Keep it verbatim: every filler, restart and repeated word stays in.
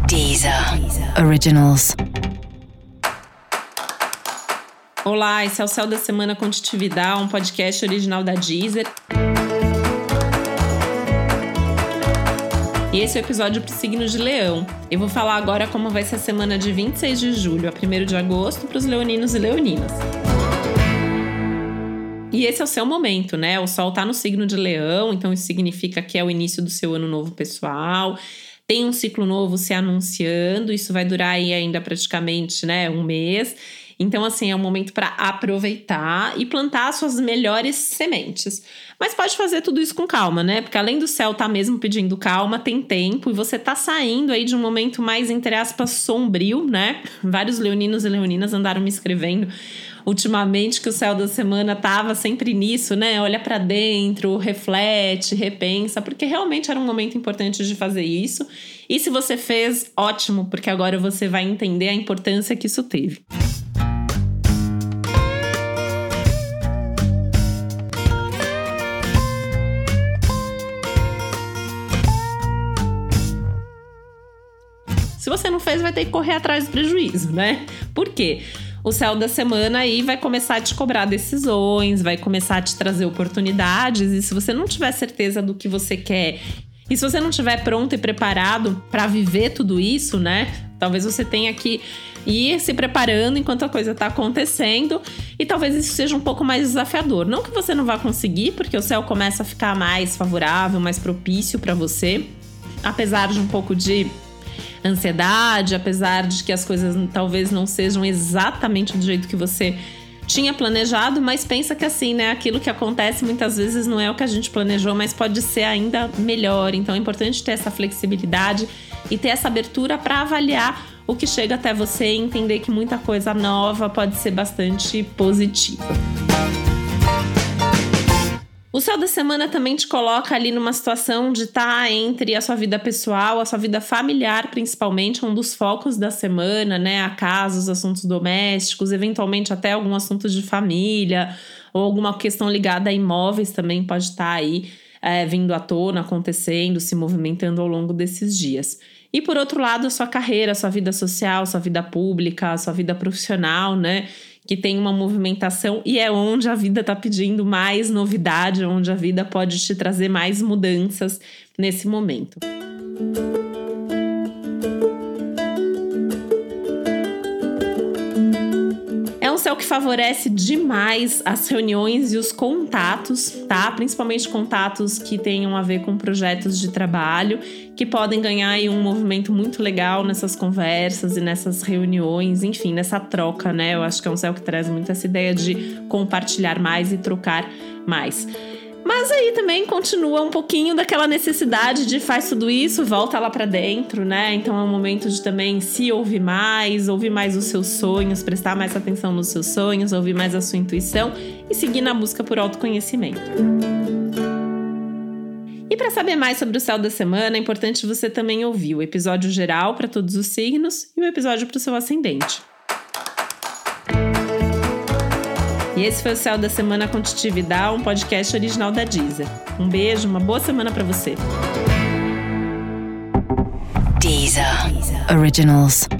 Deezer Originals. Olá, esse é o Céu da Semana com Titi Vidal, um podcast original da Deezer. E esse é o episódio para o signo de Leão. Eu vou falar agora como vai ser a semana de vinte e seis de julho a primeiro de agosto para os leoninos e leoninas. E esse é o seu momento, né? O Sol tá no signo de Leão, então isso significa que é o início do seu ano novo pessoal. Tem um ciclo novo se anunciando, isso vai durar aí ainda praticamente, né, um mês. Então, assim, é um momento para aproveitar e plantar suas melhores sementes. Mas pode fazer tudo isso com calma, né? Porque além do céu tá mesmo pedindo calma, tem tempo e você tá saindo aí de um momento mais, entre aspas, sombrio, né? Vários leoninos e leoninas andaram me escrevendo ultimamente que o céu da semana tava sempre nisso, né? Olha para dentro, reflete, repensa, porque realmente era um momento importante de fazer isso. E se você fez, ótimo, porque agora você vai entender a importância que isso teve. Se você não fez, vai ter que correr atrás do prejuízo, né? Por quê? O céu da semana aí vai começar a te cobrar decisões, vai começar a te trazer oportunidades. E se você não tiver certeza do que você quer, e se você não estiver pronto e preparado para viver tudo isso, né? Talvez você tenha que ir se preparando enquanto a coisa tá acontecendo. E talvez isso seja um pouco mais desafiador. Não que você não vá conseguir, porque o céu começa a ficar mais favorável, mais propício para você. Apesar de um pouco de ansiedade, apesar de que as coisas talvez não sejam exatamente do jeito que você tinha planejado, mas pensa que assim, né, aquilo que acontece muitas vezes não é o que a gente planejou, mas pode ser ainda melhor. Então é importante ter essa flexibilidade e ter essa abertura para avaliar o que chega até você e entender que muita coisa nova pode ser bastante positiva. O céu da semana também te coloca ali numa situação de estar entre a sua vida pessoal, a sua vida familiar, principalmente, um dos focos da semana, né? A casa, os assuntos domésticos, eventualmente até algum assunto de família ou alguma questão ligada a imóveis também pode estar aí é, vindo à tona, acontecendo, se movimentando ao longo desses dias. E por outro lado, a sua carreira, a sua vida social, a sua vida pública, a sua vida profissional, né? Que tem uma movimentação e é onde a vida está pedindo mais novidade, onde a vida pode te trazer mais mudanças nesse momento. É um céu que favorece demais as reuniões e os contatos, tá? Principalmente contatos que tenham a ver com projetos de trabalho, que podem ganhar aí um movimento muito legal nessas conversas e nessas reuniões, enfim, nessa troca, né? Eu acho que é um céu que traz muito essa ideia de compartilhar mais e trocar mais. Mas aí também continua um pouquinho daquela necessidade de faz tudo isso, volta lá pra dentro, né? Então é um momento de também se ouvir mais, ouvir mais os seus sonhos, prestar mais atenção nos seus sonhos, ouvir mais a sua intuição e seguir na busca por autoconhecimento. E para saber mais sobre o céu da semana, é importante você também ouvir o episódio geral para todos os signos e o episódio para o seu ascendente. E esse foi o Céu da Semana com Titi Vidal, um podcast original da Deezer. Um beijo, uma boa semana para você. Deezer Originals.